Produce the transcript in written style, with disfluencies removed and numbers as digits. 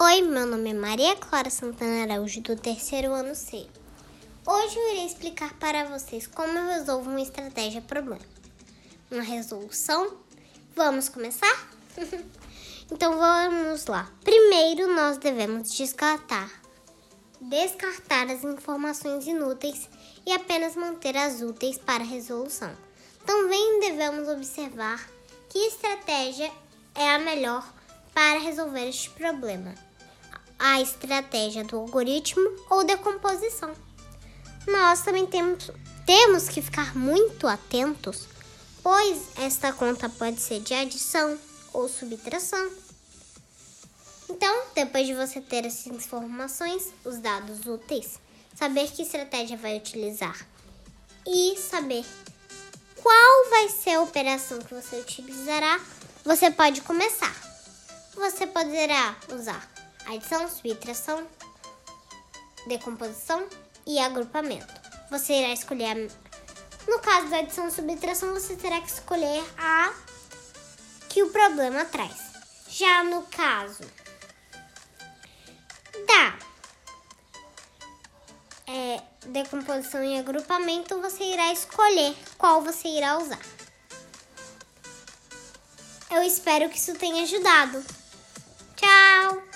Oi, meu nome é Maria Clara Santana Araújo, do terceiro ano C. Hoje eu irei explicar para vocês como eu resolvo uma estratégia problema. Uma resolução? Vamos começar? Então vamos lá. Primeiro nós devemos descartar as informações inúteis e apenas manter as úteis para a resolução. Também devemos observar que estratégia é a melhor para resolver este problema. A estratégia do algoritmo ou decomposição. Nós também temos que ficar muito atentos, pois esta conta pode ser de adição ou subtração. Então, depois de você ter essas informações, os dados úteis, saber que estratégia vai utilizar e saber qual vai ser a operação que você utilizará, você pode começar. Você poderá usar adição, subtração, decomposição e agrupamento. Você irá escolher, no caso da adição e subtração, você terá que escolher a que o problema traz. Já no caso da decomposição e agrupamento, você irá escolher qual você irá usar. Eu espero que isso tenha ajudado. Tchau!